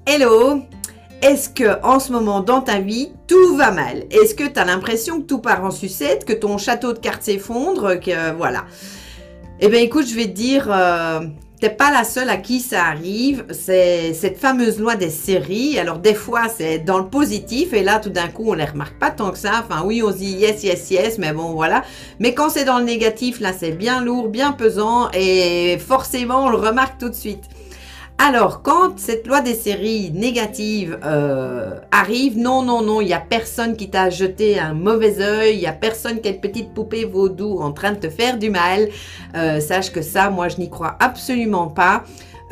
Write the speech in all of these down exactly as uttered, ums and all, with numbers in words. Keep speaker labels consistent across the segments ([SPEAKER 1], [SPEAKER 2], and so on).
[SPEAKER 1] Hello! Est-ce que en ce moment dans ta vie, tout va mal? Est-ce que tu as l'impression que tout part en sucette, que ton château de cartes s'effondre, que voilà? Eh bien écoute, je vais te dire, euh, t'es pas la seule à qui ça arrive. C'est cette fameuse loi des séries. Alors des fois c'est dans le positif et là tout d'un coup on les remarque pas tant que ça. Enfin oui, on se dit yes, yes, yes, mais bon voilà. Mais quand c'est dans le négatif, là c'est bien lourd, bien pesant et forcément on le remarque tout de suite. Alors, quand cette loi des séries négatives euh, arrive, non, non, non, il n'y a personne qui t'a jeté un mauvais œil, il n'y a personne qui a une petite poupée vaudou en train de te faire du mal. Euh, sache que ça, moi, je n'y crois absolument pas.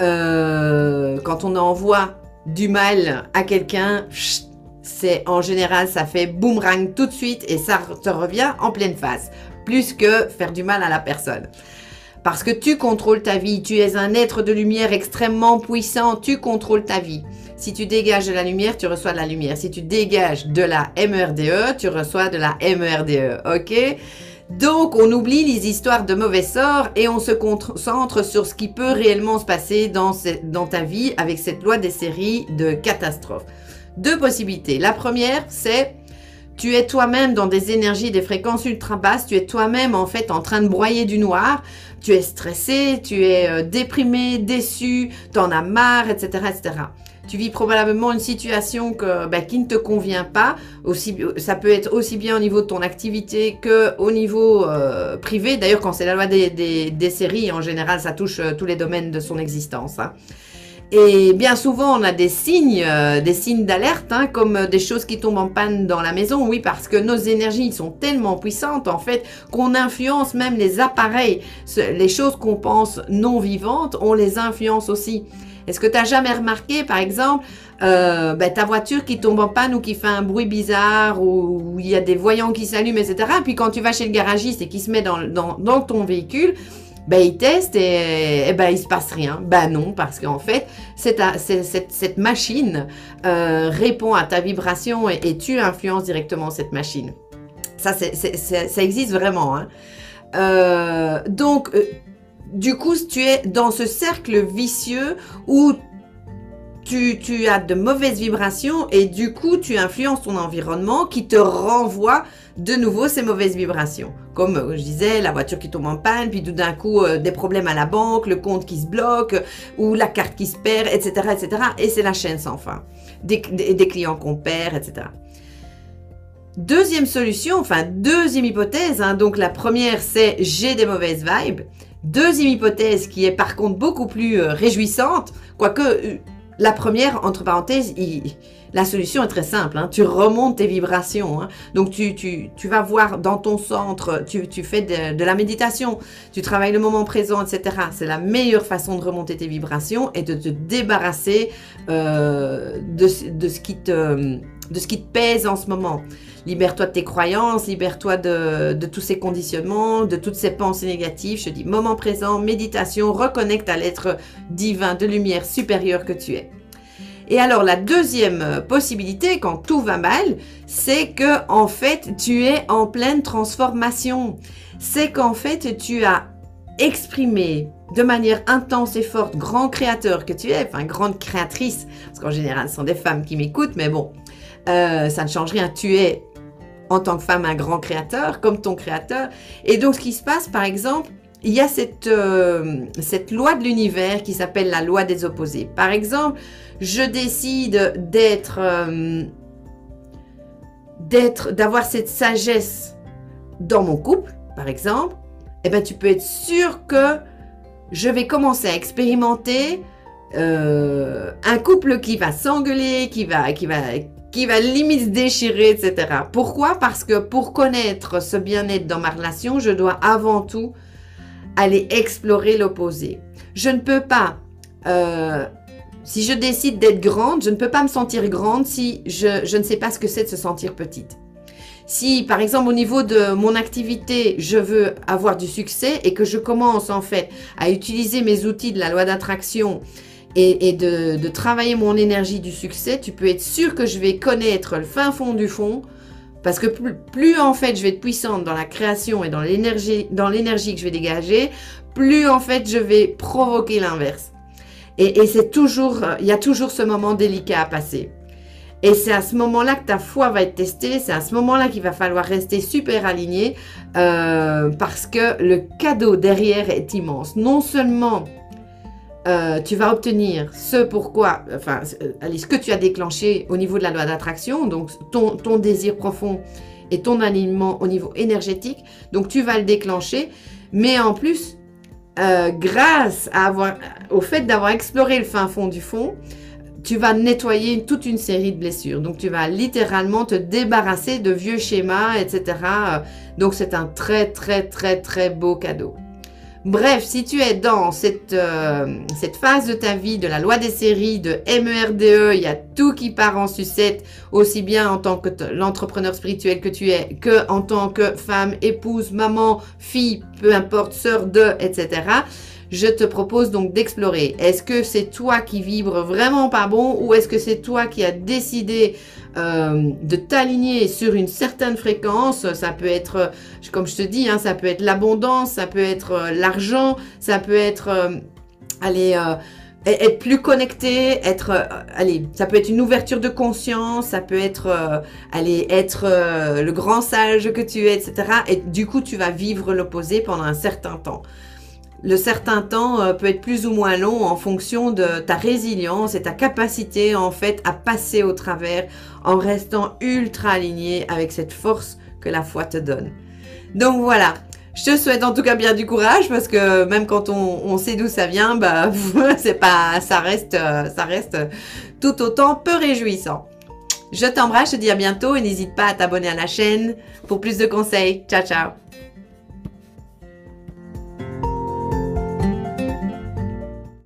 [SPEAKER 1] Euh, quand on envoie du mal à quelqu'un, c'est en général, ça fait boomerang tout de suite et ça te revient en pleine face, plus que faire du mal à la personne. Parce que tu contrôles ta vie, tu es un être de lumière extrêmement puissant, tu contrôles ta vie. Si tu dégages de la lumière, tu reçois de la lumière. Si tu dégages de la M E R D E, tu reçois de la M E R D E, ok? Donc, on oublie les histoires de mauvais sorts et on se concentre sur ce qui peut réellement se passer dans, dans ta vie avec cette loi des séries de catastrophes. Deux possibilités. La première, c'est... tu es toi-même dans des énergies, des fréquences ultra basses, tu es toi-même en fait en train de broyer du noir, tu es stressé, tu es euh, déprimé, déçu, tu en as marre, et cetera, et cetera. Tu vis probablement une situation que, bah, qui ne te convient pas, aussi, ça peut être aussi bien au niveau de ton activité qu'au niveau euh, privé. D'ailleurs, quand c'est la loi des, des, des séries, en général, ça touche euh, tous les domaines de son existence, hein. Et bien souvent, on a des signes, euh, des signes d'alerte, hein, comme des choses qui tombent en panne dans la maison. Oui, parce que nos énergies sont tellement puissantes, en fait, qu'on influence même les appareils. Les choses qu'on pense non vivantes, on les influence aussi. Est-ce que tu n'as jamais remarqué, par exemple, euh, ben, ta voiture qui tombe en panne ou qui fait un bruit bizarre ou il y a des voyants qui s'allument, et cetera. Puis quand tu vas chez le garagiste et qu'il se met dans, dans, dans ton véhicule, ben, il teste et, et ben, il se passe rien. Ben non, parce qu'en fait, cette, cette, cette machine euh, répond à ta vibration et, et tu influences directement cette machine. Ça, c'est, c'est, c'est, ça existe vraiment, hein. Euh, donc, euh, du coup, tu es dans ce cercle vicieux où tu, tu as de mauvaises vibrations et du coup, tu influences ton environnement qui te renvoie de nouveau ces mauvaises vibrations. Comme euh, je disais, la voiture qui tombe en panne, puis tout d'un coup, euh, des problèmes à la banque, le compte qui se bloque, ou la carte qui se perd, et cetera, et cetera. Et c'est la chaîne sans fin. Des, des, des clients qu'on perd, et cetera. Deuxième solution, enfin, deuxième hypothèse, hein, donc la première, c'est j'ai des mauvaises vibes. Deuxième hypothèse qui est par contre beaucoup plus euh, réjouissante, quoique euh, la première, entre parenthèses, il, la solution est très simple, hein, tu remontes tes vibrations, hein, donc tu, tu, tu vas voir dans ton centre, tu, tu fais de, de la méditation, tu travailles le moment présent, et cetera. C'est la meilleure façon de remonter tes vibrations et de te débarrasser euh, de, de, ce qui te, de ce qui te pèse en ce moment. Libère-toi de tes croyances, libère-toi de, de tous ces conditionnements, de toutes ces pensées négatives. Je te dis moment présent, méditation, reconnecte à l'être divin de lumière supérieure que tu es. Et alors la deuxième possibilité, quand tout va mal, c'est que en fait tu es en pleine transformation. C'est qu'en fait tu as exprimé de manière intense et forte, grand créateur que tu es, enfin grande créatrice, parce qu'en général ce sont des femmes qui m'écoutent, mais bon, euh, ça ne change rien, tu es en tant que femme un grand créateur, comme ton créateur. Et donc ce qui se passe par exemple, il y a cette, euh, cette loi de l'univers qui s'appelle la loi des opposés. Par exemple, je décide d'être, euh, d'être, d'avoir cette sagesse dans mon couple, par exemple, eh ben, tu peux être sûr que je vais commencer à expérimenter euh, un couple qui va s'engueuler, qui va, qui va, qui va limite se déchirer, et cetera. Pourquoi? Parce que pour connaître ce bien-être dans ma relation, je dois avant tout aller explorer l'opposé. Je ne peux pas, euh, si je décide d'être grande, je ne peux pas me sentir grande si je, je ne sais pas ce que c'est de se sentir petite. Si, par exemple, au niveau de mon activité, je veux avoir du succès et que je commence en fait à utiliser mes outils de la loi d'attraction et, et de, de travailler mon énergie du succès, tu peux être sûr que je vais connaître le fin fond du fond. Parce que plus, plus en fait je vais être puissante dans la création et dans l'énergie, dans l'énergie que je vais dégager, plus en fait je vais provoquer l'inverse. Et, et c'est toujours, il y a toujours ce moment délicat à passer. Et c'est à ce moment-là que ta foi va être testée, c'est à ce moment-là qu'il va falloir rester super aligné euh, parce que le cadeau derrière est immense. Non seulement euh, tu vas obtenir ce pourquoi, enfin, allez, ce que tu as déclenché au niveau de la loi d'attraction, donc ton, ton désir profond et ton alignement au niveau énergétique, donc tu vas le déclencher, mais en plus, euh, grâce à avoir, au fait d'avoir exploré le fin fond du fond, tu vas nettoyer toute une série de blessures. Donc, tu vas littéralement te débarrasser de vieux schémas, et cetera. Donc, c'est un très, très, très, très beau cadeau. Bref, si tu es dans cette, euh, cette phase de ta vie, de la loi des séries, de M E R D E, il y a tout qui part en sucette, aussi bien en tant que l'entrepreneur spirituel que tu es, que en tant que femme, épouse, maman, fille, peu importe, sœur de, et cetera. Je te propose donc d'explorer. Est-ce que c'est toi qui vibre vraiment pas bon ou est-ce que c'est toi qui as décidé euh, de t'aligner sur une certaine fréquence? Ça peut être, comme je te dis, hein, ça peut être l'abondance, ça peut être euh, l'argent, ça peut être, euh, allez, euh, être plus connecté, être, euh, allez, ça peut être une ouverture de conscience, ça peut être, euh, allez, être euh, le grand sage que tu es, et cetera. Et du coup, tu vas vivre l'opposé pendant un certain temps. Le certain temps euh, peut être plus ou moins long en fonction de ta résilience et ta capacité en fait à passer au travers en restant ultra aligné avec cette force que la foi te donne. Donc voilà, je te souhaite en tout cas bien du courage parce que même quand on, on sait d'où ça vient, bah c'est pas, ça reste, ça reste tout autant peu réjouissant. Je t'embrasse, je te dis à bientôt et n'hésite pas à t'abonner à la chaîne pour plus de conseils. Ciao ciao.